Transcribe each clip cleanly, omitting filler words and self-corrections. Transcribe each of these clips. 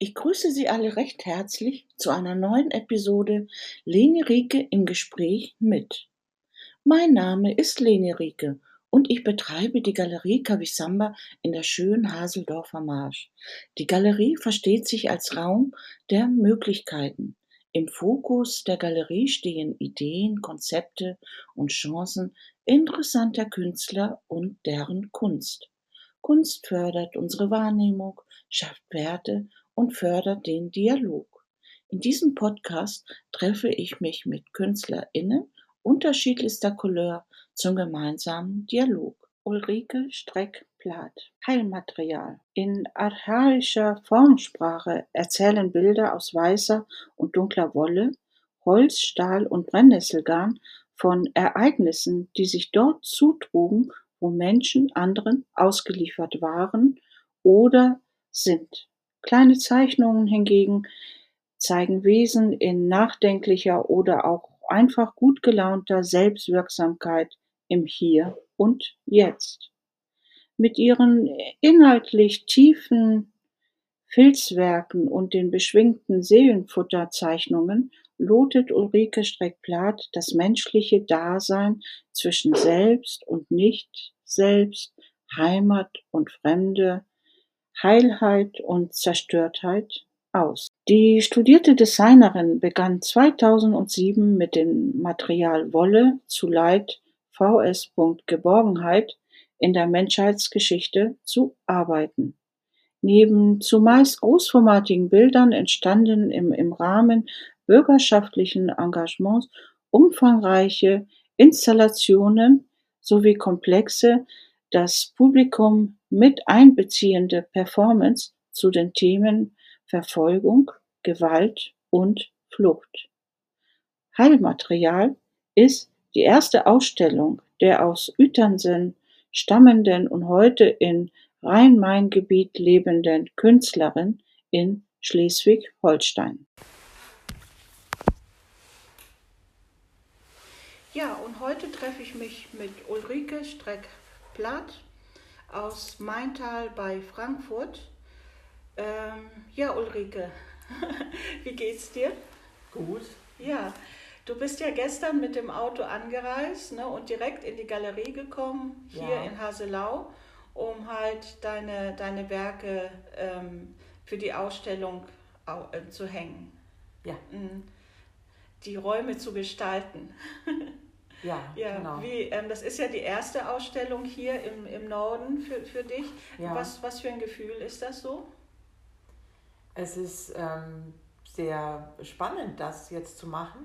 Ich grüße Sie alle recht herzlich zu einer neuen Episode Leni Rieke im Gespräch mit. Mein Name ist Leni Rieke und ich betreibe die Galerie Kavisamba in der schönen Haseldorfer Marsch. Die Galerie versteht sich als Raum der Möglichkeiten. Im Fokus der Galerie stehen Ideen, Konzepte und Chancen interessanter Künstler und deren Kunst. Kunst fördert unsere Wahrnehmung, schafft Werte und fördert den Dialog. In diesem Podcast treffe ich mich mit KünstlerInnen unterschiedlichster Couleur zum gemeinsamen Dialog. Ulrike Streck-Plath. Heilmaterial. In archaischer Formensprache erzählen Bilder aus weißer und dunkler Wolle, Holz, Stahl und Brennnesselgarn von Ereignissen, die sich dort zutrugen, wo Menschen anderen ausgeliefert waren oder sind. Kleine Zeichnungen hingegen zeigen Wesen in nachdenklicher oder auch einfach gut gelaunter Selbstwirksamkeit im Hier und Jetzt. Mit ihren inhaltlich tiefen Filzwerken und den beschwingten Seelenfutterzeichnungen lotet Ulrike Streck-Plath das menschliche Dasein zwischen Selbst und Nicht-Selbst, Heimat und Fremde, Heilheit und Zerstörtheit aus. Die studierte Designerin begann 2007 mit dem Material Wolle zu Leit vs. Geborgenheit in der Menschheitsgeschichte zu arbeiten. Neben zumeist großformatigen Bildern entstanden im Rahmen bürgerschaftlichen Engagements umfangreiche Installationen sowie komplexe, das Publikum mit einbeziehende Performance zu den Themen Verfolgung, Gewalt und Flucht. Heilmaterial ist die erste Ausstellung der aus Uetersen stammenden und heute in Rhein-Main-Gebiet lebenden Künstlerin in Schleswig-Holstein. Ja, und heute treffe ich mich mit Ulrike Streck-Plath aus Maintal bei Frankfurt. Ja, Ulrike, wie geht's dir? Gut. Ja, du bist ja gestern mit dem Auto angereist, ne, und direkt in die Galerie gekommen, hier in Haselau, um halt deine Werke für die Ausstellung zu hängen. Ja. Die Räume zu gestalten. Ja, genau. Das ist ja die erste Ausstellung hier im Norden für dich. Ja. Was für ein Gefühl ist das so? Es ist sehr spannend, das jetzt zu machen,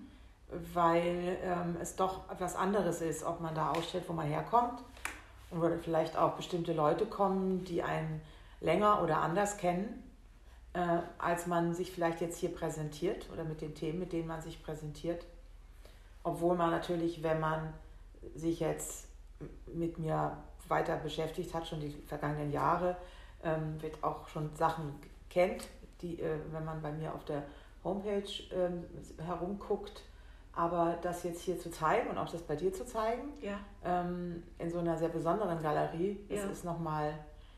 weil es doch etwas anderes ist, ob man da ausstellt, wo man herkommt, oder vielleicht auch bestimmte Leute kommen, die einen länger oder anders kennen, als man sich vielleicht jetzt hier präsentiert oder mit den Themen, mit denen man sich präsentiert. Obwohl man natürlich, wenn man sich jetzt mit mir weiter beschäftigt hat, schon die vergangenen Jahre, wird auch schon Sachen kennt, die, wenn man bei mir auf der Homepage herumguckt. Aber das jetzt hier zu zeigen und auch das bei dir zu zeigen, in so einer sehr besonderen Galerie, das ist nochmal,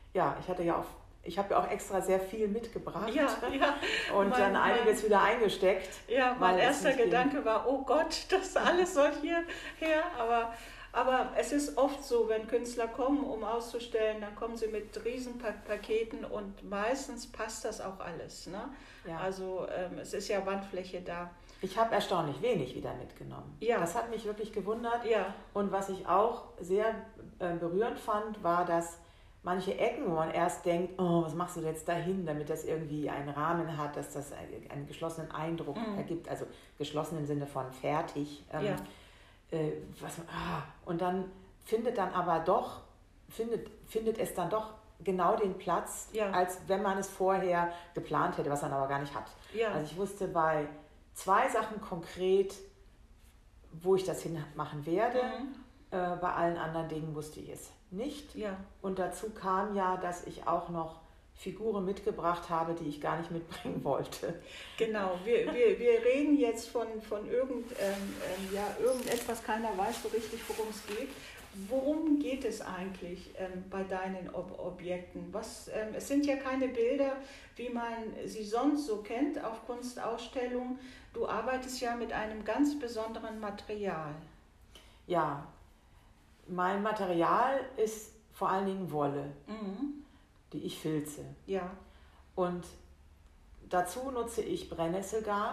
ich habe ja auch extra sehr viel mitgebracht und dann einiges wieder eingesteckt. Ja, mein erster Gedanke war, oh Gott, das alles soll hierher, aber es ist oft so, wenn Künstler kommen, um auszustellen, dann kommen sie mit Riesenpaketen und meistens passt das auch alles. Ne? Ja. Also es ist ja Wandfläche da. Ich habe erstaunlich wenig wieder mitgenommen. Ja. Das hat mich wirklich gewundert. Ja. Und was ich auch sehr berührend fand, war, dass manche Ecken, wo man erst denkt, oh, was machst du jetzt dahin, damit das irgendwie einen Rahmen hat, dass das einen geschlossenen Eindruck ergibt, also geschlossen im Sinne von fertig. Und dann findet es dann doch genau den Platz, als wenn man es vorher geplant hätte, was man aber gar nicht hat. Ja. Also ich wusste bei 2 Sachen konkret, wo ich das hinmachen werde. Bei allen anderen Dingen wusste ich es nicht. Ja. Und dazu kam ja, dass ich auch noch Figuren mitgebracht habe, die ich gar nicht mitbringen wollte. Genau, wir reden jetzt von irgendetwas, keiner weiß so richtig, worum es geht. worum geht es eigentlich bei deinen Objekten? Es sind ja keine Bilder, wie man sie sonst so kennt auf Kunstausstellungen. Du arbeitest ja mit einem ganz besonderen Material. Ja, mein Material ist vor allen Dingen Wolle, die ich filze. Ja. Und dazu nutze ich Brennnesselgarn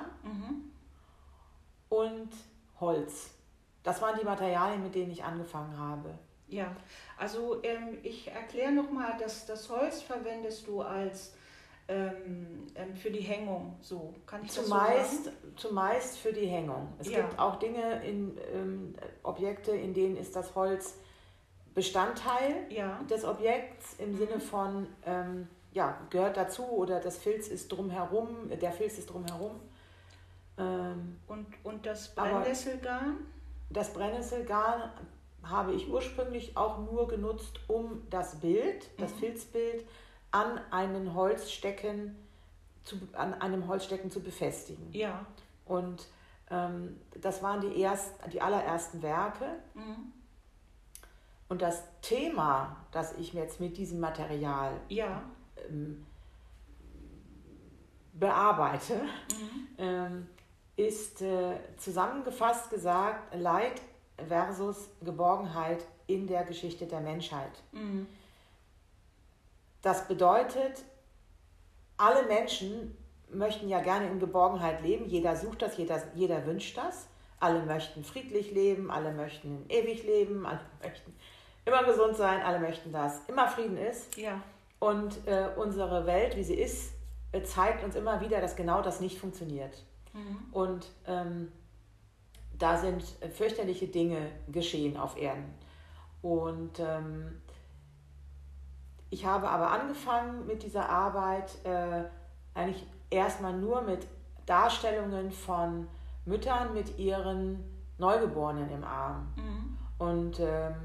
und Holz. Das waren die Materialien, mit denen ich angefangen habe. Ja, also ich erkläre nochmal, dass das Holz verwendest du als für die Hängung. So, kann ich das so sagen? Zumeist für die Hängung. Es gibt auch Dinge, Objekte, in denen ist das Holz Bestandteil des Objekts im Sinne von, gehört dazu oder der Filz ist drumherum. Und das Brennnesselgarn? Das Brennnesselgarn habe ich ursprünglich auch nur genutzt, um das Bild, das Filzbild, an einem Holzstecken zu befestigen. Ja. Und das waren die allerersten Werke. Und das Thema, das ich jetzt mit diesem Material bearbeite, ist zusammengefasst gesagt Leid versus Geborgenheit in der Geschichte der Menschheit. Das bedeutet, alle Menschen möchten ja gerne in Geborgenheit leben. Jeder sucht das, jeder wünscht das. Alle möchten friedlich leben, alle möchten ewig leben, alle möchten immer gesund sein, alle möchten, dass immer Frieden ist. Ja. Und unsere Welt, wie sie ist, zeigt uns immer wieder, dass genau das nicht funktioniert. Und da sind fürchterliche Dinge geschehen auf Erden. Und ich habe aber angefangen mit dieser Arbeit eigentlich erstmal nur mit Darstellungen von Müttern mit ihren Neugeborenen im Arm. Und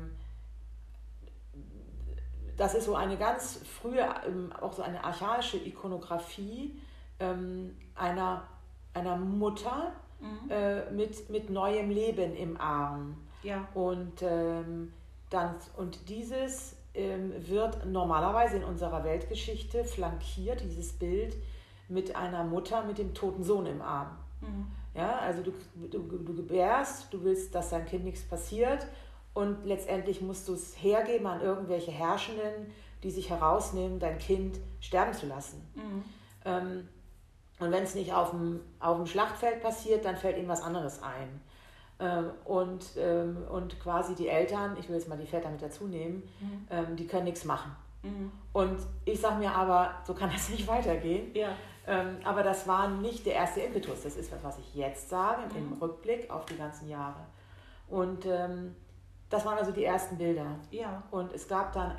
das ist so eine ganz frühe, auch so eine archaische Ikonografie einer Mutter mit neuem Leben im Arm. Ja. Und dieses wird normalerweise in unserer Weltgeschichte flankiert, dieses Bild, mit einer Mutter mit dem toten Sohn im Arm. Ja, also du gebärst, du willst, dass deinem Kind nichts passiert und letztendlich musst du es hergeben an irgendwelche Herrschenden, die sich herausnehmen, dein Kind sterben zu lassen. Und wenn es nicht auf dem Schlachtfeld passiert, dann fällt ihnen was anderes ein. Und quasi die Eltern, ich will jetzt mal die Väter mit dazu nehmen, die können nichts machen. Und ich sage mir aber, so kann das nicht weitergehen. Ja. Aber das war nicht der erste Impetus. Das ist was ich jetzt sage, im Rückblick auf die ganzen Jahre. Und das waren also die ersten Bilder. Ja. Und es gab dann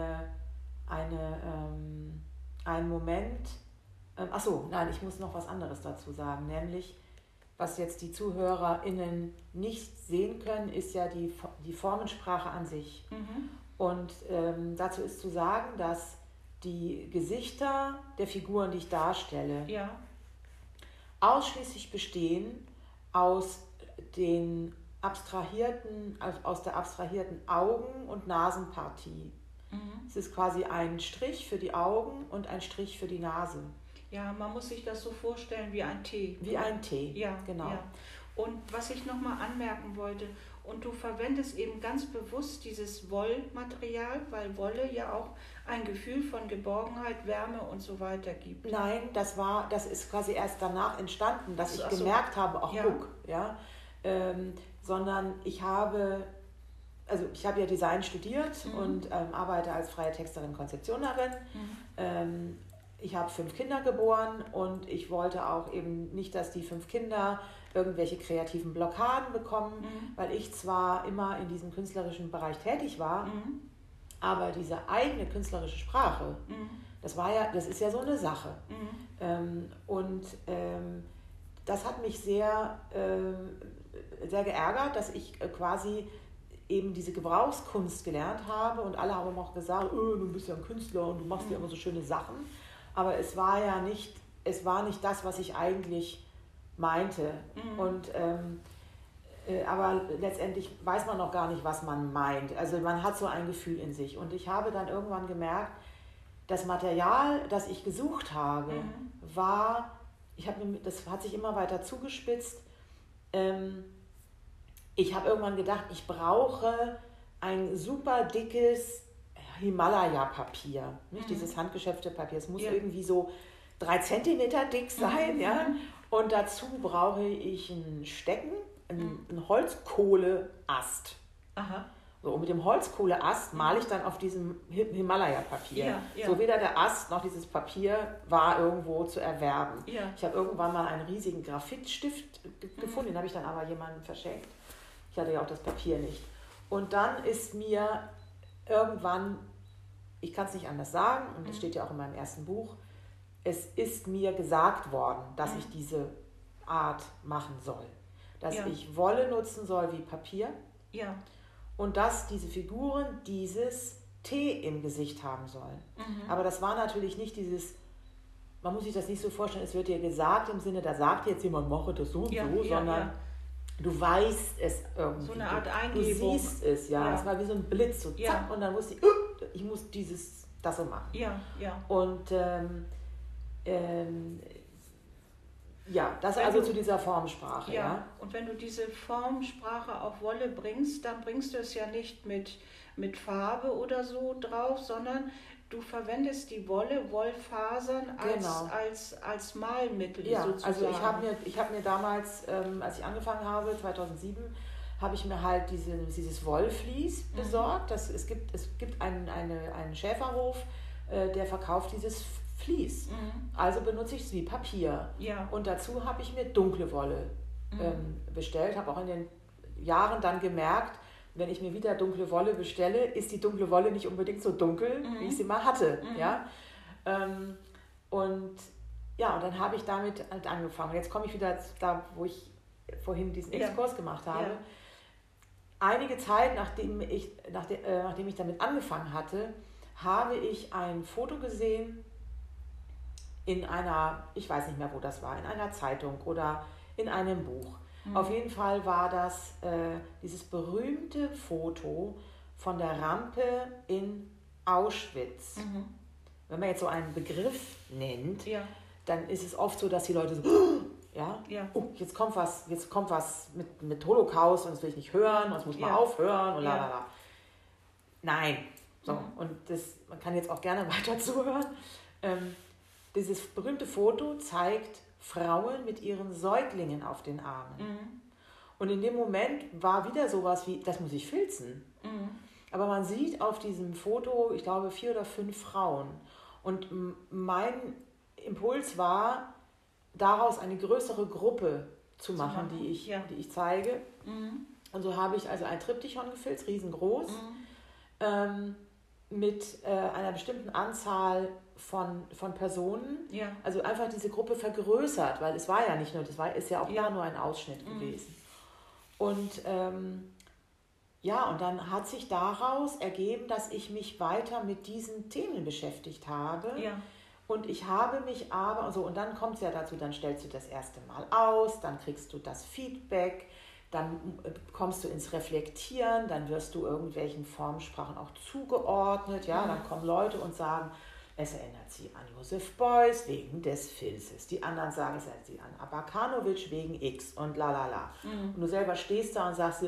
einen Moment, ich muss noch was anderes dazu sagen, nämlich, was jetzt die ZuhörerInnen nicht sehen können, ist ja die Formensprache an sich. Und dazu ist zu sagen, dass die Gesichter der Figuren, die ich darstelle, ausschließlich bestehen aus der abstrahierten Augen- und Nasenpartie. Es ist quasi ein Strich für die Augen und ein Strich für die Nase. Ja, man muss sich das so vorstellen wie ein T. Wie ein T, ja, genau. Ja. Und was ich nochmal anmerken wollte, und du verwendest eben ganz bewusst dieses Wollmaterial, weil Wolle ja auch ein Gefühl von Geborgenheit, Wärme und so weiter gibt. Nein, das ist quasi erst danach entstanden, dass ich gemerkt habe, guck, sondern ich habe ja Design studiert und arbeite als freie Texterin, Konzeptionerin. Ich habe 5 Kinder geboren und ich wollte auch eben nicht, dass die 5 Kinder irgendwelche kreativen Blockaden bekommen, weil ich zwar immer in diesem künstlerischen Bereich tätig war, aber diese eigene künstlerische Sprache, das ist ja so eine Sache. Das hat mich sehr, sehr geärgert, dass ich quasi eben diese Gebrauchskunst gelernt habe und alle haben auch gesagt, du bist ja ein Künstler und du machst ja immer so schöne Sachen. Aber es war nicht das, was ich eigentlich meinte. Und Aber letztendlich weiß man noch gar nicht, was man meint. Also man hat so ein Gefühl in sich. Und ich habe dann irgendwann gemerkt, das Material, das ich gesucht habe, war, das hat sich immer weiter zugespitzt. Ich habe irgendwann gedacht, ich brauche ein super dickes Himalaya-Papier. Nicht dieses handgeschöpfte Papier. Es muss irgendwie so 3 Zentimeter dick sein. Ja? Und dazu brauche ich ein Stecken, einen Holzkohleast. Aha. So, und mit dem Holzkohleast male ich dann auf diesem Himalaya-Papier. So weder der Ast noch dieses Papier war irgendwo zu erwerben. Ich habe irgendwann mal einen riesigen Graphitstift gefunden, den habe ich dann aber jemandem verschenkt. Ich hatte ja auch das Papier nicht. Und dann ist mir irgendwann, ich kann es nicht anders sagen, und das steht ja auch in meinem ersten Buch, es ist mir gesagt worden, dass ich diese Art machen soll. Dass ich Wolle nutzen soll wie Papier. Und dass diese Figuren dieses T im Gesicht haben sollen. Aber das war natürlich nicht dieses, man muss sich das nicht so vorstellen, es wird dir gesagt im Sinne, da sagt jetzt jemand, mache das so und so, sondern du weißt es irgendwie. So eine Art Eingebung. Du siehst es, es war wie so ein Blitz, so zack, und dann wusste ich muss das so machen. Und das also zu dieser Formsprache. Ja. Und wenn du diese Formsprache auf Wolle bringst, dann bringst du es ja nicht mit Farbe oder so drauf, sondern du verwendest die Wollfasern als Malmittel sozusagen. Also ich habe mir damals, als ich angefangen habe, 2007, habe ich mir halt dieses Wollvlies besorgt. Es gibt einen Schäferhof, der verkauft dieses Vlies. Also benutze ich es wie Papier. Und dazu habe ich mir dunkle Wolle bestellt. Habe auch in den Jahren dann gemerkt, wenn ich mir wieder dunkle Wolle bestelle, ist die dunkle Wolle nicht unbedingt so dunkel, wie ich sie mal hatte. Und dann habe ich damit halt angefangen. Jetzt komme ich wieder da, wo ich vorhin diesen Exkurs gemacht habe. Einige Zeit, nachdem ich damit angefangen hatte, habe ich ein Foto gesehen in einer, ich weiß nicht mehr, wo das war, in einer Zeitung oder in einem Buch. Auf jeden Fall war das dieses berühmte Foto von der Rampe in Auschwitz. Wenn man jetzt so einen Begriff nennt, dann ist es oft so, dass die Leute so, jetzt kommt was mit Holocaust und das will ich nicht hören, und das muss man aufhören und lalala. Nein. So, und man kann jetzt auch gerne weiter zuhören. Dieses berühmte Foto zeigt Frauen mit ihren Säuglingen auf den Armen. Und in dem Moment war wieder sowas wie, das muss ich filzen. Aber man sieht auf diesem Foto, ich glaube, 4 oder 5 Frauen. Und mein Impuls war, daraus eine größere Gruppe zu machen, die ich zeige. Und so habe ich also ein Triptychon gefilzt, riesengroß, mit einer bestimmten Anzahl von Personen. Also einfach diese Gruppe vergrößert, weil es war ja nicht nur, ist ja auch nur ein Ausschnitt gewesen. Und und dann hat sich daraus ergeben, dass ich mich weiter mit diesen Themen beschäftigt habe. Und ich habe mich aber, und dann kommt es ja dazu, dann stellst du das erste Mal aus, dann kriegst du das Feedback, dann kommst du ins Reflektieren, dann wirst du irgendwelchen Formsprachen auch zugeordnet, dann kommen Leute und sagen, es erinnert sie an Joseph Beuys wegen des Filzes. Die anderen sagen, es erinnert sie an Abakanowitsch wegen X und lalala. Und du selber stehst da und sagst,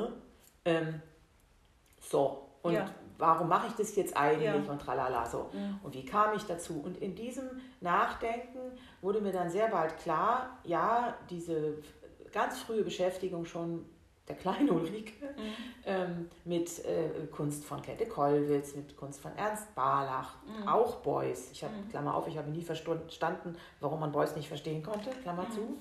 und warum mache ich das jetzt eigentlich und tralala, so. Und wie kam ich dazu? Und in diesem Nachdenken wurde mir dann sehr bald klar, diese ganz frühe Beschäftigung schon der kleinen Ulrike mit Kunst von Käthe Kollwitz, mit Kunst von Ernst Barlach, auch Beuys. Ich habe, Klammer auf, ich habe nie verstanden, warum man Beuys nicht verstehen konnte, Klammer zu.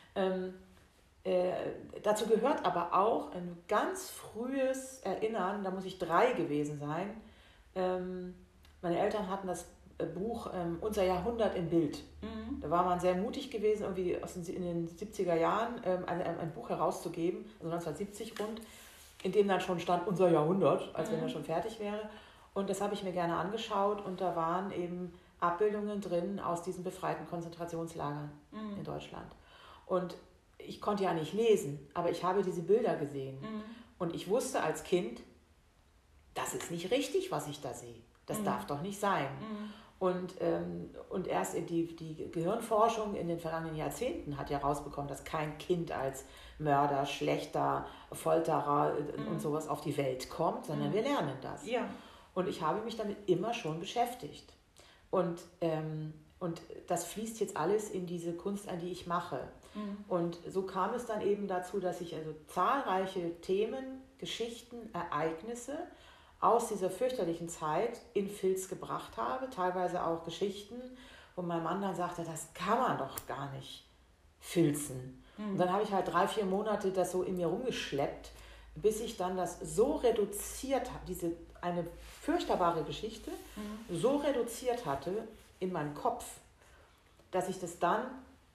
Dazu gehört aber auch ein ganz frühes Erinnern, da muss ich 3 gewesen sein. Meine Eltern hatten das Buch Unser Jahrhundert im Bild. Da war man sehr mutig gewesen, irgendwie in den 70er Jahren ein Buch herauszugeben, also 1970 rund, in dem dann schon stand Unser Jahrhundert, als wenn er schon fertig wäre. Und das habe ich mir gerne angeschaut und da waren eben Abbildungen drin aus diesen befreiten Konzentrationslagern in Deutschland. Und ich konnte ja nicht lesen, aber ich habe diese Bilder gesehen. Und ich wusste als Kind, das ist nicht richtig, was ich da sehe. Das darf doch nicht sein. Und erst die Gehirnforschung in den vergangenen Jahrzehnten hat ja rausbekommen, dass kein Kind als Mörder, Schlechter, Folterer und sowas auf die Welt kommt, sondern wir lernen das. Ja. Und ich habe mich damit immer schon beschäftigt. Und das fließt jetzt alles in diese Kunst ein, die ich mache. Und so kam es dann eben dazu, dass ich also zahlreiche Themen, Geschichten, Ereignisse aus dieser fürchterlichen Zeit in Filz gebracht habe. Teilweise auch Geschichten, wo mein Mann dann sagte, das kann man doch gar nicht filzen. Und dann habe ich halt 3-4 Monate das so in mir rumgeschleppt, bis ich dann das so reduziert habe, eine furchtbare Geschichte, so reduziert hatte in meinem Kopf, dass ich das dann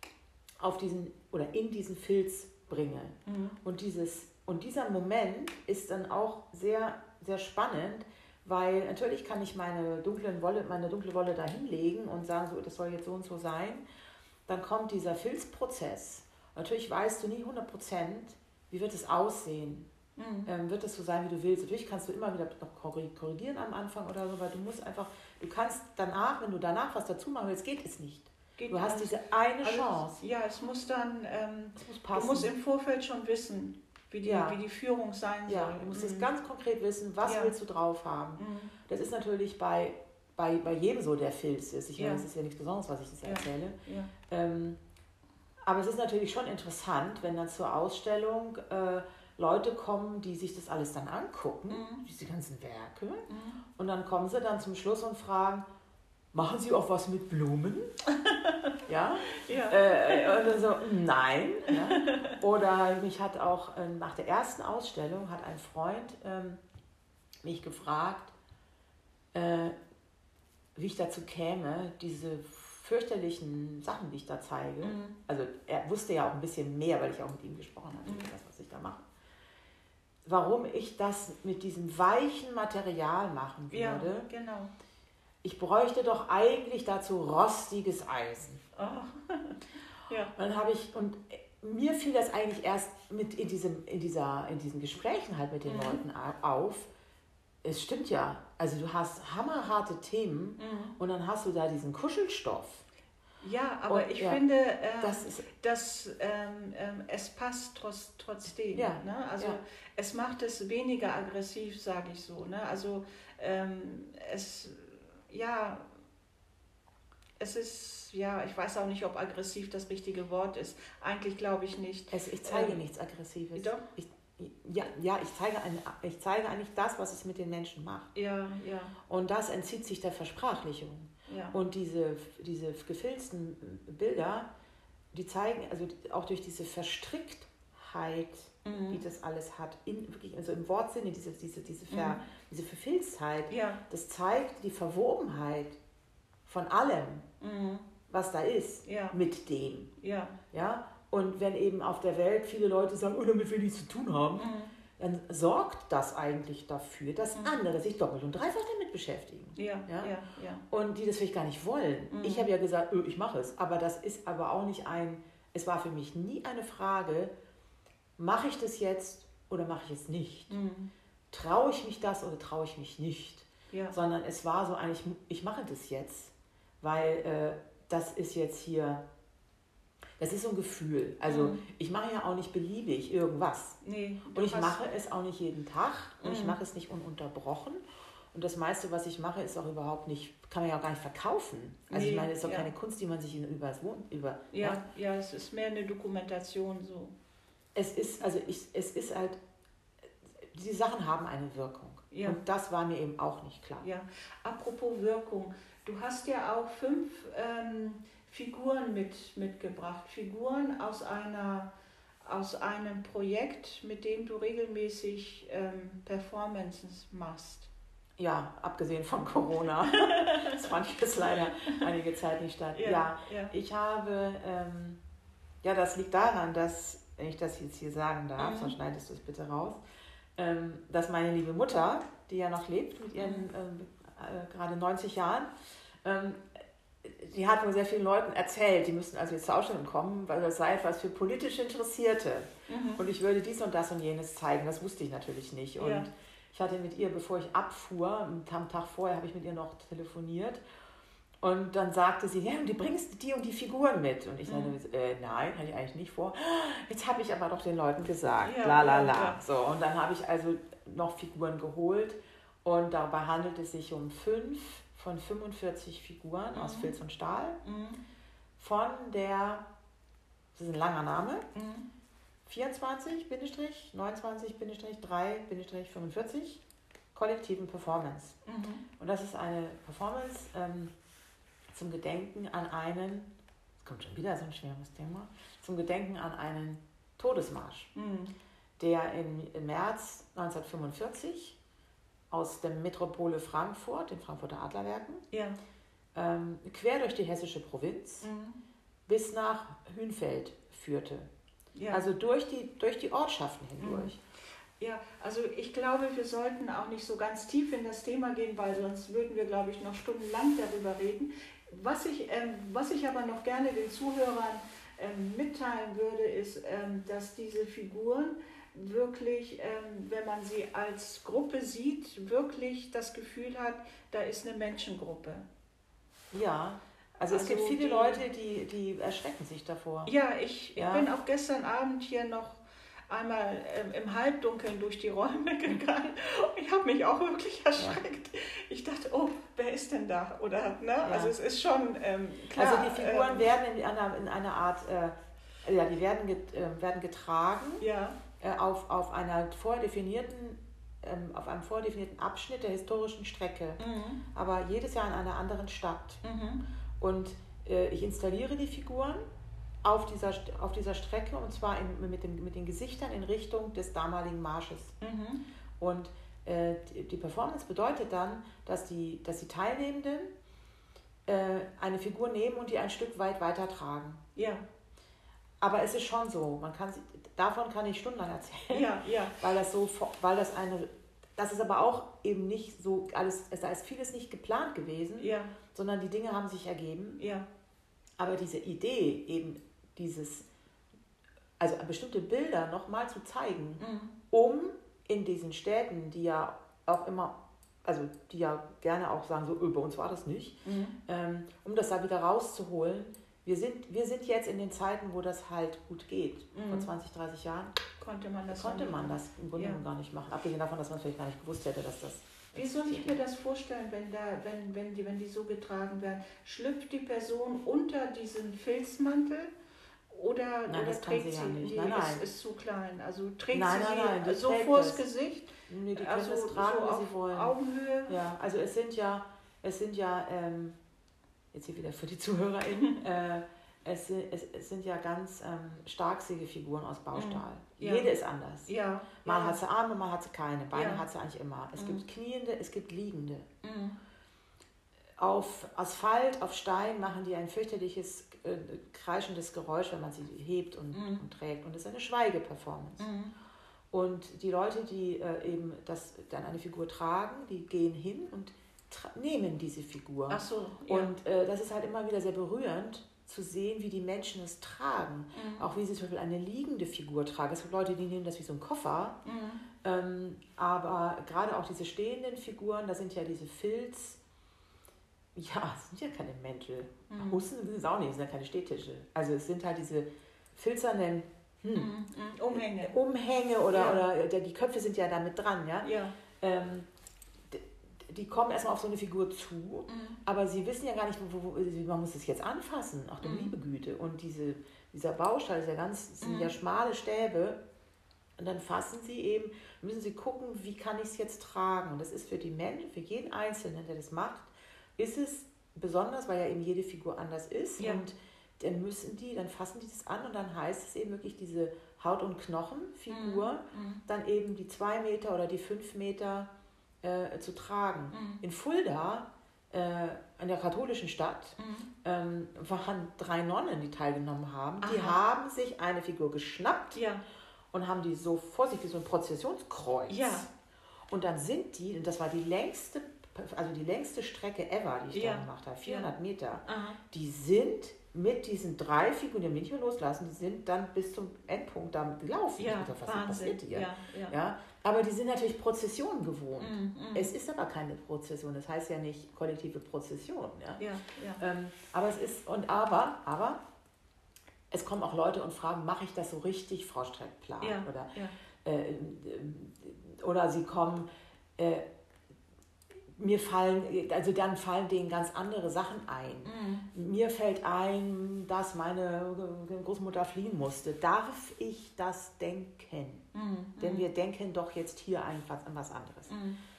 in diesen Filz bringe. Und dieser Moment ist dann auch sehr, sehr spannend, weil natürlich kann ich meine dunkle Wolle da hinlegen und sagen, so, das soll jetzt so und so sein. Dann kommt dieser Filzprozess. Natürlich weißt du nie 100%, wie wird es aussehen. Wird es so sein, wie du willst. Natürlich kannst du immer wieder noch korrigieren am Anfang oder so, weil du kannst danach, wenn du danach was dazu machen willst, geht es nicht. Du hast diese eine Chance. Ja, es muss dann, passen. Du musst im Vorfeld schon wissen, wie die Führung sein soll. Ja, du musst jetzt ganz konkret wissen, was willst du drauf haben. Das ist natürlich bei jedem so, der Filz ist. Ich meine, es ist ja nichts Besonderes, was ich das erzähle. Ja. Aber es ist natürlich schon interessant, wenn dann zur Ausstellung Leute kommen, die sich das alles dann angucken, diese ganzen Werke, und dann kommen sie dann zum Schluss und fragen, machen Sie auch was mit Blumen? Ja? Oder so, nein. Ja? Oder mich hat auch nach der ersten Ausstellung hat ein Freund mich gefragt, wie ich dazu käme, diese fürchterlichen Sachen, die ich da zeige. Also er wusste ja auch ein bisschen mehr, weil ich auch mit ihm gesprochen habe, über das, was ich da mache. Warum ich das mit diesem weichen Material machen würde. Ja, genau. Ich bräuchte doch eigentlich dazu rostiges Eisen. Oh. Ja. Und mir fiel das eigentlich erst in diesen Gesprächen halt mit den Leuten auf. Es stimmt ja, also du hast hammerharte Themen und dann hast du da diesen Kuschelstoff. Ja, aber ich finde, es passt trotzdem. Ja, ne? Also es macht es weniger aggressiv, sage ich so. Ne? Also es ist, ich weiß auch nicht, ob aggressiv das richtige Wort ist. Eigentlich glaube ich nicht. Ich zeige nichts Aggressives. Doch? Ich zeige eigentlich das, was es mit den Menschen macht. Ja. Und das entzieht sich der Versprachlichung. Ja. Und diese gefilzten Bilder, die zeigen, also auch durch diese Verstricktheit, die das alles hat, also im Wortsinne, diese Verfilztheit, das zeigt die Verwobenheit von allem, was da ist, mit dem. Ja? Und wenn eben auf der Welt viele Leute sagen, damit wir nichts zu tun haben, dann sorgt das eigentlich dafür, dass andere sich doppelt und dreifach damit beschäftigen. Ja. Und die das vielleicht gar nicht wollen. Ich habe ja gesagt, ich mache es. Aber das ist aber auch nicht es war für mich nie eine Frage, mache ich das jetzt oder mache ich es nicht? Traue ich mich das oder traue ich mich nicht? Ja. Sondern es war so eigentlich, ich mache das jetzt, weil das ist jetzt hier, das ist so ein Gefühl. Also ich mache ja auch nicht beliebig irgendwas. Nee, und ich mache es auch nicht jeden Tag und ich mache es nicht ununterbrochen. Und das meiste, was ich mache, ist auch überhaupt nicht, kann man ja auch gar nicht verkaufen. Also ich meine, es ist doch keine Kunst, die man sich es ist mehr eine Dokumentation so. Es ist halt, diese Sachen haben eine Wirkung. Ja. Und das war mir eben auch nicht klar. Ja, apropos Wirkung, du hast ja auch 5 Figuren mitgebracht. Figuren aus einem Projekt, mit dem du regelmäßig Performances machst. Ja, abgesehen von Corona. Das fand ich jetzt leider einige Zeit nicht statt. Ja. Ich habe, das liegt daran, dass, wenn ich das jetzt hier sagen darf, sonst schneidest du es bitte raus, dass meine liebe Mutter, die ja noch lebt mit ihren gerade 90 Jahren, die hat wohl sehr vielen Leuten erzählt, die müssten also jetzt zur Ausstellung kommen, weil das sei etwas für politisch Interessierte. Und ich würde dies und das und jenes zeigen. Das wusste ich natürlich nicht. Und ich hatte mit ihr, bevor ich abfuhr, am Tag vorher habe ich mit ihr noch telefoniert. Und dann sagte sie, ja, du bringst die und die Figuren mit. Und ich sagte, nein, hatte ich eigentlich nicht vor. Jetzt habe ich aber doch den Leuten gesagt, So, und dann habe ich also noch Figuren geholt. Und dabei handelt es sich um 5 von 45 Figuren aus Filz und Stahl. Von der, das ist ein langer Name, 24-29-3-45 kollektiven Performance. Und das ist eine Performance zum Gedenken an einen, es kommt schon wieder so ein schweres Thema, zum Gedenken an einen Todesmarsch, der im März 1945 aus der Metropole Frankfurt, den Frankfurter Adlerwerken, quer durch die hessische Provinz bis nach Hünfeld führte. Ja. Also durch die Ortschaften hindurch. Ja, also ich glaube, wir sollten auch nicht so ganz tief in das Thema gehen, weil sonst würden wir, glaube ich, noch stundenlang darüber reden. Was ich aber noch gerne den Zuhörern mitteilen würde, ist, dass diese Figuren wirklich, wenn man sie als Gruppe sieht, wirklich das Gefühl hat, da ist eine Menschengruppe. Ja, also es gibt viele Leute, die erschrecken sich davor. Ja, ich bin auch gestern Abend hier noch einmal im Halbdunkeln durch die Räume gegangen. Ich habe mich auch wirklich erschreckt. Ja. Ich dachte, oh, wer ist denn da? Oder, ne? Ja. Also es ist schon klar. Also die Figuren werden in einer Art, die werden getragen auf einem vordefinierten Abschnitt der historischen Strecke, aber jedes Jahr in einer anderen Stadt. Und ich installiere die Figuren auf dieser Strecke, und zwar mit den Gesichtern in Richtung des damaligen Marsches. Und die Performance bedeutet dann, dass die Teilnehmenden eine Figur nehmen und die ein Stück weit weitertragen. Ja. Aber es ist schon so, davon kann ich stundenlang erzählen, das ist aber auch eben nicht so alles, da ist vieles nicht geplant gewesen, sondern die Dinge haben sich ergeben. Ja. Aber diese Idee, eben also bestimmte Bilder nochmal zu zeigen, um in diesen Städten, die ja auch immer, also die ja gerne auch sagen, so, bei uns war das nicht, um das da wieder rauszuholen. Wir sind jetzt in den Zeiten, wo das halt gut geht. Vor 20, 30 Jahren konnte man das im Grunde genommen gar nicht machen. Abgesehen davon, dass man vielleicht gar nicht gewusst hätte, dass das... Wie soll ich mir das vorstellen, wenn die so getragen werden? Schlüpft die Person unter diesen Filzmantel oder trägt sie nicht? Nein. Ist zu klein. Also trägt sie so vors Gesicht? Nee, die können es tragen, wie sie wollen. Augenhöhe? Ja, also es sind ja jetzt hier wieder für die ZuhörerInnen, es sind ja ganz starksinnige Figuren aus Baustahl. Jede ist anders. Ja. Mal hat sie Arme, mal hat sie keine. Beine hat sie eigentlich immer. Es gibt Kniende, es gibt Liegende. Auf Asphalt, auf Stein machen die ein fürchterliches, kreischendes Geräusch, wenn man sie hebt und trägt. Und es ist eine Schweigeperformance. Und die Leute, die eben dann eine Figur tragen, die gehen hin und nehmen diese Figur. Ach so, ja. Und das ist halt immer wieder sehr berührend zu sehen, wie die Menschen es tragen. Auch wie sie zum Beispiel eine liegende Figur tragen. Es gibt Leute, die nehmen das wie so ein Koffer. Aber gerade auch diese stehenden Figuren, da sind ja diese Filz, es sind ja keine Mäntel. Hussen sind es auch nicht, es sind ja keine Stehtische. Also es sind halt diese filzernen Umhänge oder die Köpfe sind ja da mit dran. Ja? Die kommen erstmal auf so eine Figur zu, aber sie wissen ja gar nicht, man muss es jetzt anfassen. Ach du liebe Güte. Und dieser Baustahl sind ja schmale Stäbe. Und dann müssen sie gucken, wie kann ich es jetzt tragen. Und das ist für die Menschen, für jeden Einzelnen, der das macht, ist es besonders, weil ja eben jede Figur anders ist. Ja. Und dann fassen die das an und dann heißt es eben wirklich diese Haut- und Knochenfigur, dann eben die 2 Meter oder die 5 Meter zu tragen. In Fulda, in der katholischen Stadt, waren 3 Nonnen, die teilgenommen haben. Aha. Die haben sich eine Figur geschnappt und haben die so vor sich wie so ein Prozessionskreuz. Ja. Und dann und das war die längste also die längste Strecke ever, die ich da gemacht habe, 400 Meter, Aha. die sind mit diesen 3 Figuren, die haben nicht mehr losgelassen, die sind dann bis zum Endpunkt damit gelaufen. Ja, ich dachte, was passiert hier? Ja. Aber die sind natürlich Prozession gewohnt. Es ist aber keine Prozession, das heißt ja nicht kollektive Prozession. Aber es ist, aber es kommen auch Leute und fragen, mache ich das so richtig, Frau Streckplan? Oder sie kommen, dann fallen denen ganz andere Sachen ein. Mir fällt ein, dass meine Großmutter fliehen musste. Darf ich das denken? Denn wir denken doch jetzt hier an was anderes.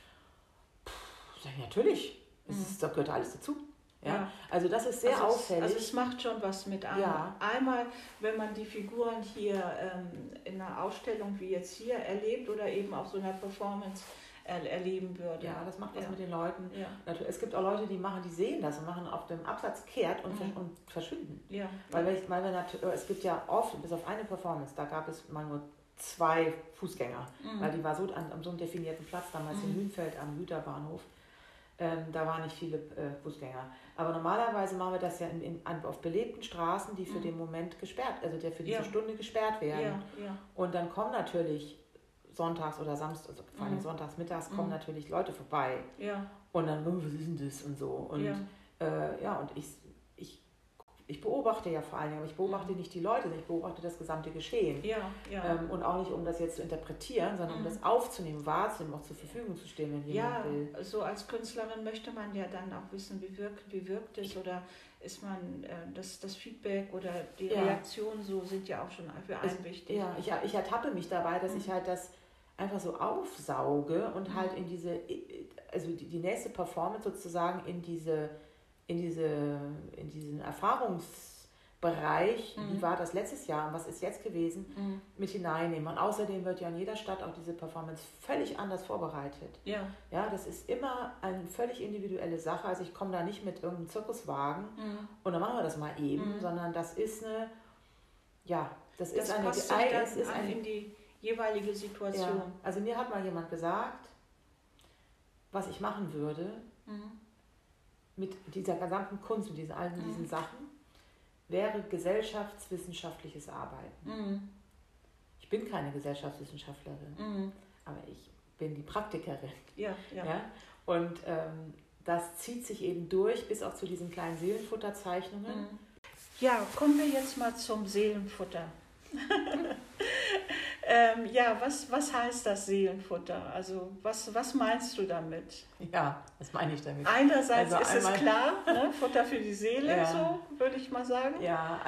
Natürlich, das gehört alles dazu. Ja. Also das ist sehr auffällig. Also es macht schon was mit einem. Ja. Einmal, wenn man die Figuren hier in einer Ausstellung wie jetzt hier erlebt oder eben auf so einer Performance erleben würde. Ja, das macht was mit den Leuten. Ja. Es gibt auch Leute, die sehen das und machen auf dem Absatz kehrt und verschwinden. Ja. Weil es gibt ja oft, bis auf eine Performance, da gab es mal nur 2 Fußgänger, weil die war so an so einem definierten Platz, damals in Hünfeld am Güterbahnhof. Da waren nicht viele Fußgänger. Aber normalerweise machen wir das ja auf belebten Straßen, die für den Moment gesperrt, also der für diese Stunde gesperrt werden. Ja. Und dann kommen natürlich sonntags oder samstags, also vor allem sonntags mittags, kommen natürlich Leute vorbei. Ja. Und dann, was ist denn das und so. Und und ich beobachte ja vor allem, aber ich beobachte nicht die Leute, ich beobachte das gesamte Geschehen. Und auch nicht, um das jetzt zu interpretieren, sondern um das aufzunehmen, wahrzunehmen, auch zur Verfügung zu stehen, wenn jemand will. Ja, so als Künstlerin möchte man ja dann auch wissen, wie wirkt es oder ist man, das Feedback oder die Reaktion so sind ja auch schon für einen wichtig. Ja, ich ertappe mich dabei, dass ich halt das einfach so aufsauge und halt in diese, also die nächste Performance sozusagen in diesen Erfahrungsbereich, wie war das letztes Jahr und was ist jetzt gewesen, mit hineinnehmen. Und außerdem wird ja in jeder Stadt auch diese Performance völlig anders vorbereitet. Ja, das ist immer eine völlig individuelle Sache. Also ich komme da nicht mit irgendeinem Zirkuswagen und dann machen wir das mal eben, sondern das ist eine, das ist in die jeweilige Situation. Ja, also mir hat mal jemand gesagt, was ich machen würde, mit dieser gesamten Kunst, mit all diesen Sachen, wäre gesellschaftswissenschaftliches Arbeiten. Ich bin keine Gesellschaftswissenschaftlerin, aber ich bin die Praktikerin. Ja. Und das zieht sich eben durch, bis auch zu diesen kleinen Seelenfutterzeichnungen. Ja, kommen wir jetzt mal zum Seelenfutter. Was heißt das Seelenfutter? Also was meinst du damit? Ja, was meine ich damit? Einerseits ist es klar, ne? Futter für die Seele, so würde ich mal sagen. Ja,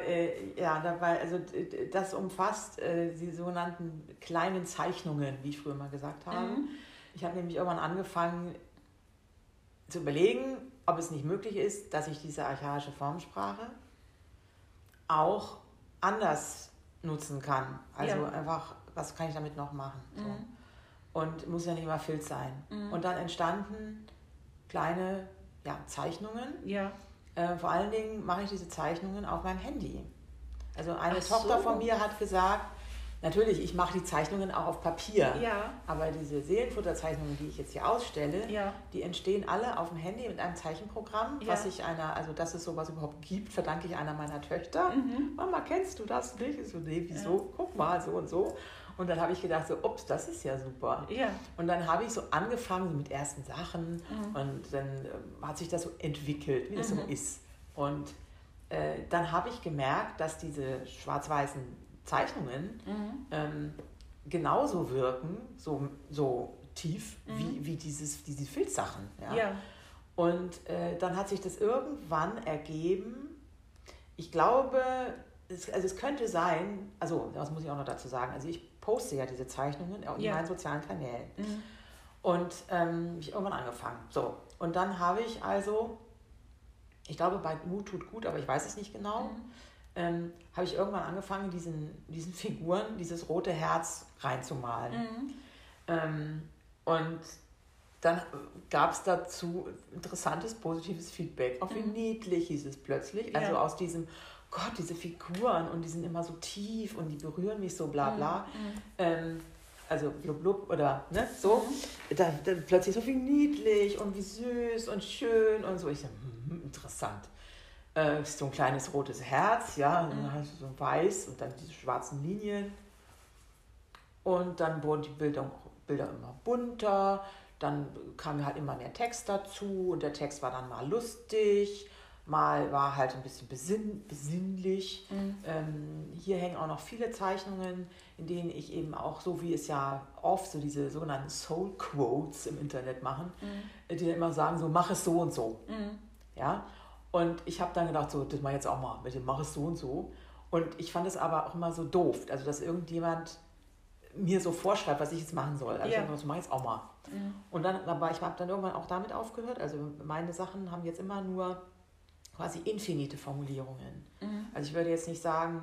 das umfasst die sogenannten kleinen Zeichnungen, wie ich früher mal gesagt habe. Ich habe nämlich irgendwann angefangen zu überlegen, ob es nicht möglich ist, dass ich diese archaische Formensprache auch anders nutzen kann. Also einfach, was kann ich damit noch machen? So. Und muss ja nicht immer Filz sein. Und dann entstanden kleine Zeichnungen. Ja. Vor allen Dingen mache ich diese Zeichnungen auf meinem Handy. Also eine Tochter von mir hat gesagt, natürlich, ich mache die Zeichnungen auch auf Papier, aber diese Seelenfutterzeichnungen, die ich jetzt hier ausstelle, die entstehen alle auf dem Handy mit einem Zeichenprogramm, was ich dass es sowas überhaupt gibt, verdanke ich einer meiner Töchter. Mama, kennst du das nicht? Ich so, nee, wieso? Ja. Guck mal, so und so. Und dann habe ich gedacht, so, ups, das ist ja super. Ja. Und dann habe ich so angefangen so mit ersten Sachen und dann hat sich das so entwickelt, wie das so ist. Und dann habe ich gemerkt, dass diese schwarz-weißen Zeichnungen genauso wirken, so tief, wie diese Filzsachen. Ja. Und dann hat sich das irgendwann ergeben. Ich glaube, es könnte sein, also das muss ich auch noch dazu sagen, also ich poste ja diese Zeichnungen in meinen sozialen Kanälen. Und ich irgendwann angefangen. So. Und dann habe ich also, ich glaube bei Mut tut gut, aber ich weiß es nicht genau, habe ich irgendwann angefangen, diesen Figuren dieses rote Herz reinzumalen. Und dann gab es dazu interessantes, positives Feedback. Auch wie niedlich hieß es plötzlich. Also aus diesem, Gott, diese Figuren und die sind immer so tief und die berühren mich so, bla bla. also blub blub oder ne, so, dann plötzlich so viel niedlich und wie süß und schön und so. Ich dachte, interessant. Ist so ein kleines rotes Herz, ja, und dann hast du so ein weiß und dann diese schwarzen Linien. Und dann wurden die Bilder immer bunter, dann kam halt immer mehr Text dazu und der Text war dann mal lustig, mal war halt ein bisschen besinnlich. Hier hängen auch noch viele Zeichnungen, in denen ich eben auch, so wie es ja oft so diese sogenannten Soul Quotes im Internet machen, die dann immer sagen, so mach es so und so. Ja? Und ich habe dann gedacht, so, das mache ich jetzt auch mal mit dem mach es so und so. Und ich fand es aber auch immer so doof, also dass irgendjemand mir so vorschreibt, was ich jetzt machen soll. Also ich habe das mache ich jetzt auch mal. Und dann, aber ich habe dann irgendwann auch damit aufgehört. Also meine Sachen haben jetzt immer nur quasi infinite Formulierungen. Also ich würde jetzt nicht sagen,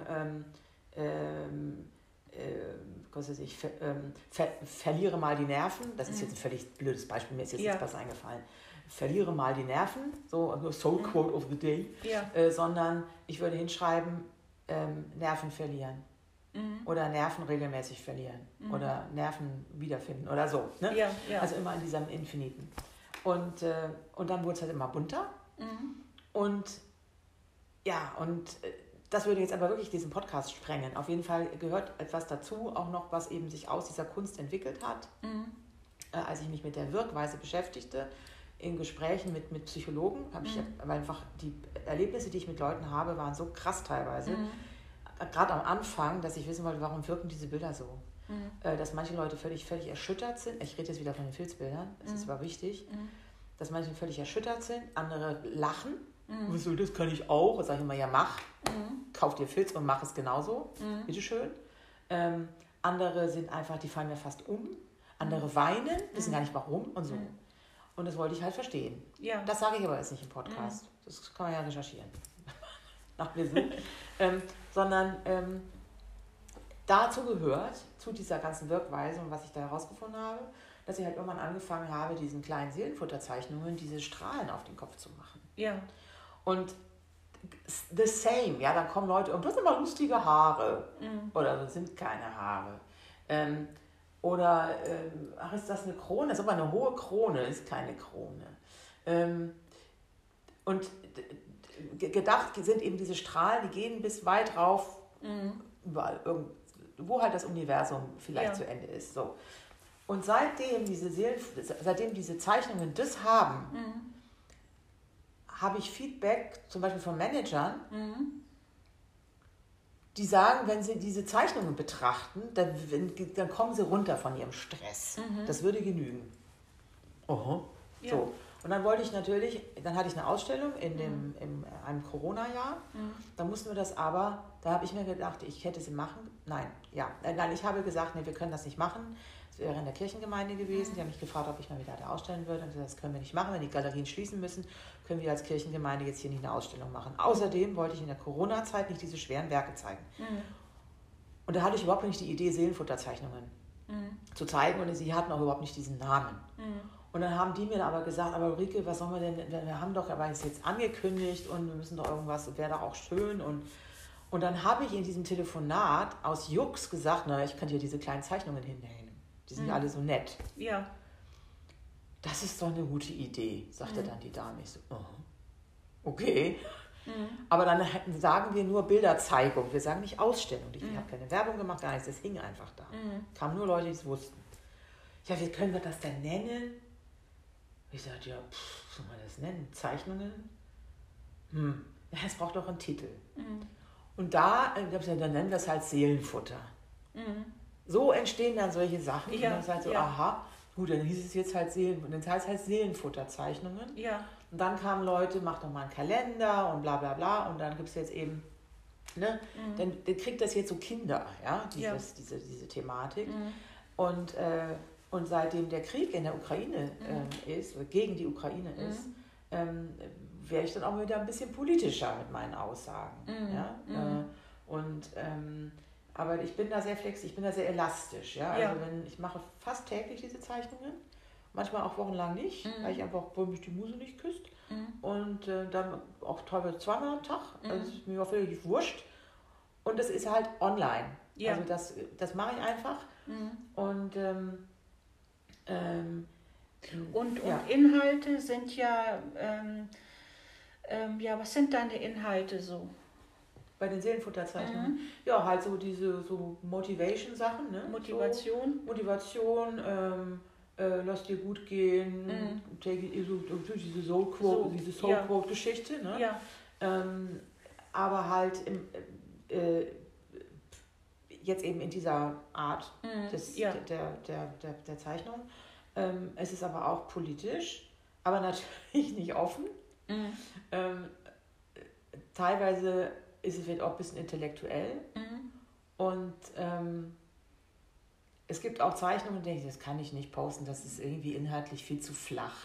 was weiß ich, verliere mal die Nerven. Das ist jetzt ein völlig blödes Beispiel, mir ist jetzt was eingefallen. Verliere mal die Nerven, so nur Soul Quote of the Day, sondern ich würde hinschreiben, Nerven verlieren. Oder Nerven regelmäßig verlieren oder Nerven wiederfinden oder so. Ne? Also immer in diesem Infiniten. Und dann wurde es halt immer bunter. Und ja, das würde jetzt aber wirklich diesen Podcast sprengen. Auf jeden Fall gehört etwas dazu, auch noch, was eben sich aus dieser Kunst entwickelt hat. Als ich mich mit der Wirkweise beschäftigte, in Gesprächen mit Psychologen, habe ich einfach die Erlebnisse, die ich mit Leuten habe, waren so krass teilweise. Gerade am Anfang, dass ich wissen wollte, warum wirken diese Bilder so. Dass manche Leute völlig erschüttert sind. Ich rede jetzt wieder von den Filzbildern, das ist aber wichtig. Dass manche völlig erschüttert sind, andere lachen. Wieso, das kann ich auch. Und sage ich immer, ja mach. Kauf dir Filz und mach es genauso. Bitteschön. Andere sind einfach, die fallen mir fast um. Andere weinen, wissen gar nicht warum und so. Und das wollte ich halt verstehen. Das sage ich aber jetzt nicht im Podcast. Das kann man ja recherchieren. Nach Wissen. Sondern dazu gehört, zu dieser ganzen Wirkweise und was ich da herausgefunden habe, dass ich halt irgendwann angefangen habe, diesen kleinen Seelenfutterzeichnungen diese Strahlen auf den Kopf zu machen. Und the same, ja, dann kommen Leute und du hast immer lustige Haare. Oder das sind keine Haare. Ach, ist das eine Krone? Das ist aber eine hohe Krone, ist keine Krone. Und gedacht sind eben diese Strahlen, die gehen bis weit rauf, überall, wo halt das Universum vielleicht zu Ende ist. So. Und seitdem diese Zeichnungen das haben, habe ich Feedback zum Beispiel von Managern, die sagen, wenn sie diese Zeichnungen betrachten, dann kommen sie runter von ihrem Stress. Das würde genügen. So. Und dann wollte ich natürlich, dann hatte ich eine Ausstellung in einem Corona-Jahr. Da mussten wir das aber, da habe ich mir gedacht, ich hätte sie machen. Nein, ich habe gesagt, nee, wir können das nicht machen. Es wäre in der Kirchengemeinde gewesen. Die haben mich gefragt, ob ich mal wieder da ausstellen würde. Und ich gesagt, das können wir nicht machen. Wenn die Galerien schließen müssen, können wir als Kirchengemeinde jetzt hier nicht eine Ausstellung machen. Außerdem wollte ich in der Corona-Zeit nicht diese schweren Werke zeigen. Und da hatte ich überhaupt nicht die Idee, Seelenfutterzeichnungen zu zeigen. Und sie hatten auch überhaupt nicht diesen Namen. Und dann haben die mir aber gesagt, aber Ulrike, was sollen wir denn, wir haben doch aber jetzt angekündigt und wir müssen doch irgendwas, wäre doch auch schön. Und dann habe ich in diesem Telefonat aus Jux gesagt, na, ich könnte hier diese kleinen Zeichnungen hinhängen. Die sind ja alle so nett. Das ist doch eine gute Idee, sagte dann die Dame. Ich so, okay. Aber dann sagen wir nur Bilderzeigung. Wir sagen nicht Ausstellung. Ich habe keine Werbung gemacht, gar nichts. Das hing einfach da. Kamen nur Leute, die es wussten. Ja, wie können wir das denn nennen? Ich sagte, ja, soll man das nennen? Zeichnungen? Ja, es braucht doch einen Titel. Und da, dann nennen wir es halt Seelenfutter. So entstehen dann solche Sachen. Und dann ist halt so, aha, gut, dann hieß es jetzt halt Seelenfutterzeichnungen. Und dann kamen Leute, mach doch mal einen Kalender und bla bla bla. Und dann gibt es jetzt eben, ne, dann kriegt das jetzt so Kinder, ja, diese Thematik. Und seitdem der Krieg in der Ukraine ist, oder gegen die Ukraine ist, werde ich dann auch wieder ein bisschen politischer mit meinen Aussagen. Aber ich bin da sehr flexibel, ich bin da sehr elastisch. Ja? Also ich mache fast täglich diese Zeichnungen, manchmal auch wochenlang nicht, weil ich einfach, wo mich die Muse nicht küsst. Und dann auch teilweise zweimal am Tag. Also das ist mir auch völlig wurscht. Und das ist halt online. Ja. Also das mache ich einfach. Und Inhalte sind ja, was sind deine Inhalte so? Bei den Seelenfutterzeichnungen? Ja, halt so diese so Motivation-Sachen. Ne? Motivation. So, Motivation, lass dir gut gehen, diese Soul-Quote-Geschichte. Ne? Ja. Aber halt jetzt eben in dieser Art der Zeichnung. Es ist aber auch politisch, aber natürlich nicht offen. Teilweise wird auch ein bisschen intellektuell. Und es gibt auch Zeichnungen, denke ich, das kann ich nicht posten, das ist irgendwie inhaltlich viel zu flach.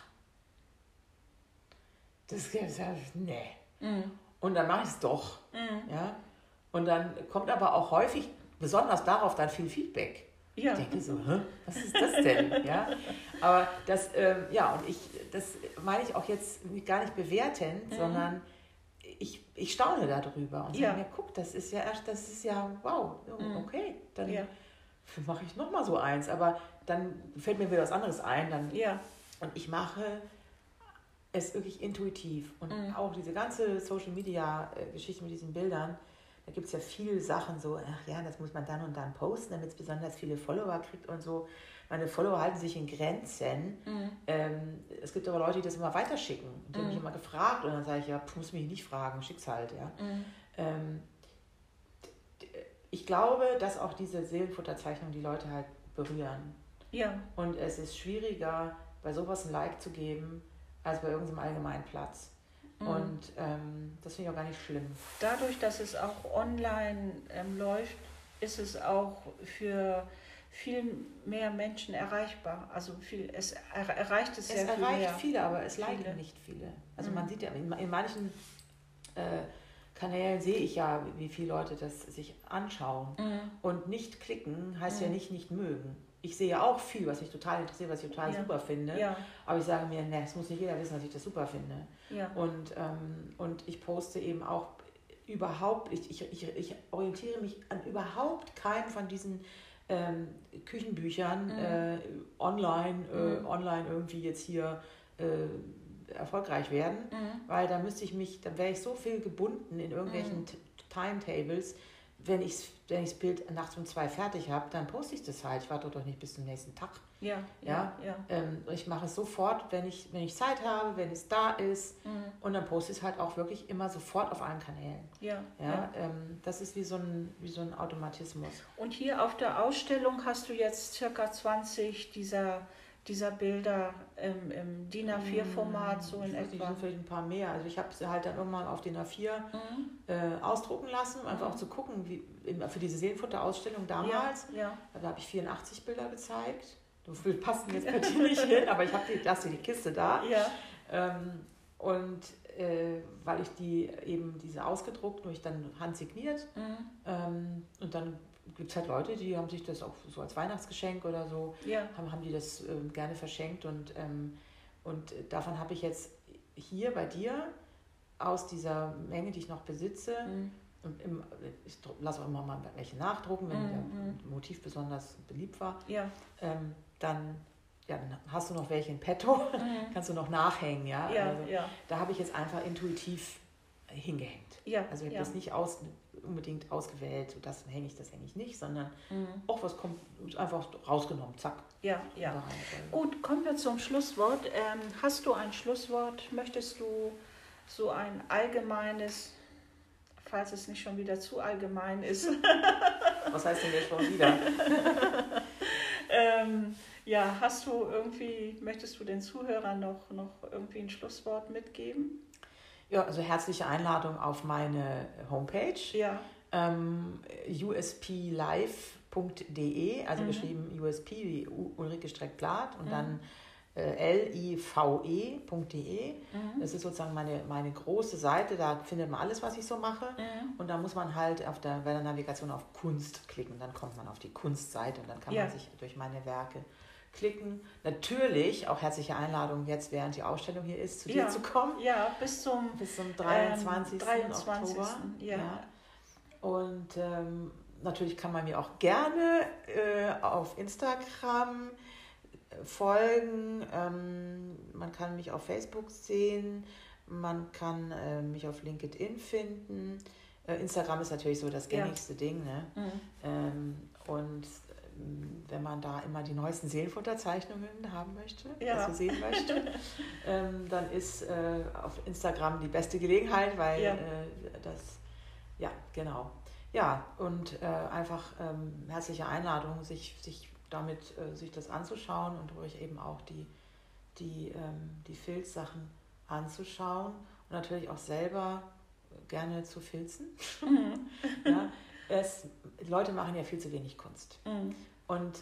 Das ist ja, nee. Und dann mache ich es doch. Ja? Und dann kommt aber auch häufig, besonders darauf, dann viel Feedback. Ja. Ich denke so, was ist das denn? Ja? Aber das, und das meine ich auch jetzt gar nicht bewertend, sondern ich staune darüber und sage mir, guck, das ist ja wow, okay, dann mache ich nochmal so eins, aber dann fällt mir wieder was anderes ein, und ich mache es wirklich intuitiv und auch diese ganze Social-Media-Geschichte mit diesen Bildern, da gibt es ja viele Sachen so, das muss man dann und dann posten, damit es besonders viele Follower kriegt und so. Meine Follower halten sich in Grenzen. Es gibt aber Leute, die das immer weiterschicken. Die haben mich immer gefragt und dann sage ich, muss mich nicht fragen, schick's halt. Ja. Ich glaube, dass auch diese Seelenfutterzeichnungen die Leute halt berühren. Ja. Und es ist schwieriger, bei sowas ein Like zu geben, als bei irgendeinem allgemeinen Platz. Und das finde ich auch gar nicht schlimm. Dadurch, dass es auch online läuft, ist es auch für viel mehr Menschen erreichbar. Also es erreicht es sehr viel mehr. Es erreicht viele, aber es liken nicht viele. Also man sieht ja, in manchen Kanälen sehe ich ja, wie viele Leute das sich anschauen. Und nicht klicken heißt ja nicht mögen. Ich sehe ja auch viel, was mich total interessiert, was ich total super finde. Ja. Aber ich sage mir, es muss nicht jeder wissen, dass ich das super finde. Ja. Und ich poste eben auch überhaupt, ich orientiere mich an überhaupt keinem von diesen Küchenbüchern online irgendwie jetzt hier erfolgreich werden, weil da wäre ich so viel gebunden in irgendwelchen Timetables. Wenn ich das Bild nachts um 2 fertig habe, dann poste ich das halt. Ich warte doch nicht bis zum nächsten Tag. Ich mache es sofort, wenn ich Zeit habe, wenn es da ist. Und dann poste ich es halt auch wirklich immer sofort auf allen Kanälen. Das ist wie so ein Automatismus. Und hier auf der Ausstellung hast du jetzt ca. 20 dieser Bilder im DIN A4-Format, so in etwa. Die sind vielleicht ein paar mehr. Also ich habe sie halt dann irgendwann auf DIN A4 ausdrucken lassen, um einfach auch zu gucken, wie für diese Seelenfutter-Ausstellung damals. Da habe ich 84 Bilder gezeigt. So viel passen jetzt bei dir nicht hin, aber ich lasse die Kiste da. Weil ich diese ausgedruckt und ich dann handsigniert. Und dann gibt es halt Leute, die haben sich das auch so als Weihnachtsgeschenk oder so, haben die das gerne verschenkt. Und davon habe ich jetzt hier bei dir aus dieser Menge, die ich noch besitze, und ich lasse auch immer mal welche nachdrucken, wenn der Motiv besonders beliebt war, dann hast du noch welche in petto, kannst du noch nachhängen. Da habe ich jetzt einfach intuitiv hingehängt. Also ich habe das nicht unbedingt ausgewählt, so das hänge ich nicht, sondern auch was kommt, einfach rausgenommen, zack. Gut, kommen wir zum Schlusswort. Hast du ein Schlusswort? Möchtest du so ein allgemeines, falls es nicht schon wieder zu allgemein ist? Was heißt denn jetzt schon wieder? Möchtest du den Zuhörern noch irgendwie ein Schlusswort mitgeben? Ja, also herzliche Einladung auf meine Homepage, usplive.de, also geschrieben USP wie Ulrike Streck-Blath und dann live.de. Das ist sozusagen meine große Seite, da findet man alles, was ich so mache. Und da muss man halt bei der Navigation auf Kunst klicken, dann kommt man auf die Kunstseite und dann kann man sich durch meine Werke klicken. Natürlich auch herzliche Einladung, jetzt während die Ausstellung hier ist, zu dir zu kommen. Ja, bis zum 23. Oktober. Ja. Und Natürlich kann man mir auch gerne auf Instagram folgen. Man kann mich auf Facebook sehen. Man kann mich auf LinkedIn finden. Instagram ist natürlich so das gängigste Ding. Ne? Und wenn man da immer die neuesten Seelenfutterzeichnungen haben möchte, also sehen möchte, dann ist auf Instagram die beste Gelegenheit, weil das, genau. Ja, und einfach herzliche Einladung, sich das anzuschauen und ruhig eben auch die Filzsachen anzuschauen und natürlich auch selber gerne zu filzen. Ja, Leute machen ja viel zu wenig Kunst. Und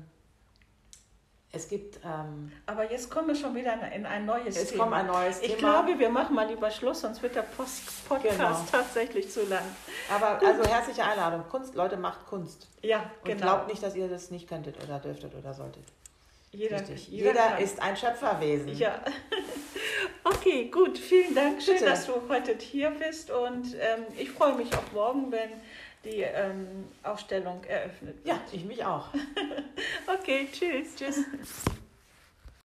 es gibt... aber jetzt kommen wir schon wieder in ein neues Thema. Es kommt ein neues Thema. Ich glaube, wir machen mal lieber Schluss, sonst wird der Podcast tatsächlich zu lang. Aber gut. Also herzliche Einladung. Kunst, Leute, macht Kunst. Ja, genau. Und glaubt nicht, dass ihr das nicht könntet oder dürftet oder solltet. Jeder ist ein Schöpferwesen. Ja. Okay, gut. Vielen Dank. Schön, dass du heute hier bist. Und ich freue mich auf morgen, wenn die Ausstellung eröffnet wird. Ja, ich mich auch. Okay, tschüss. Tschüss.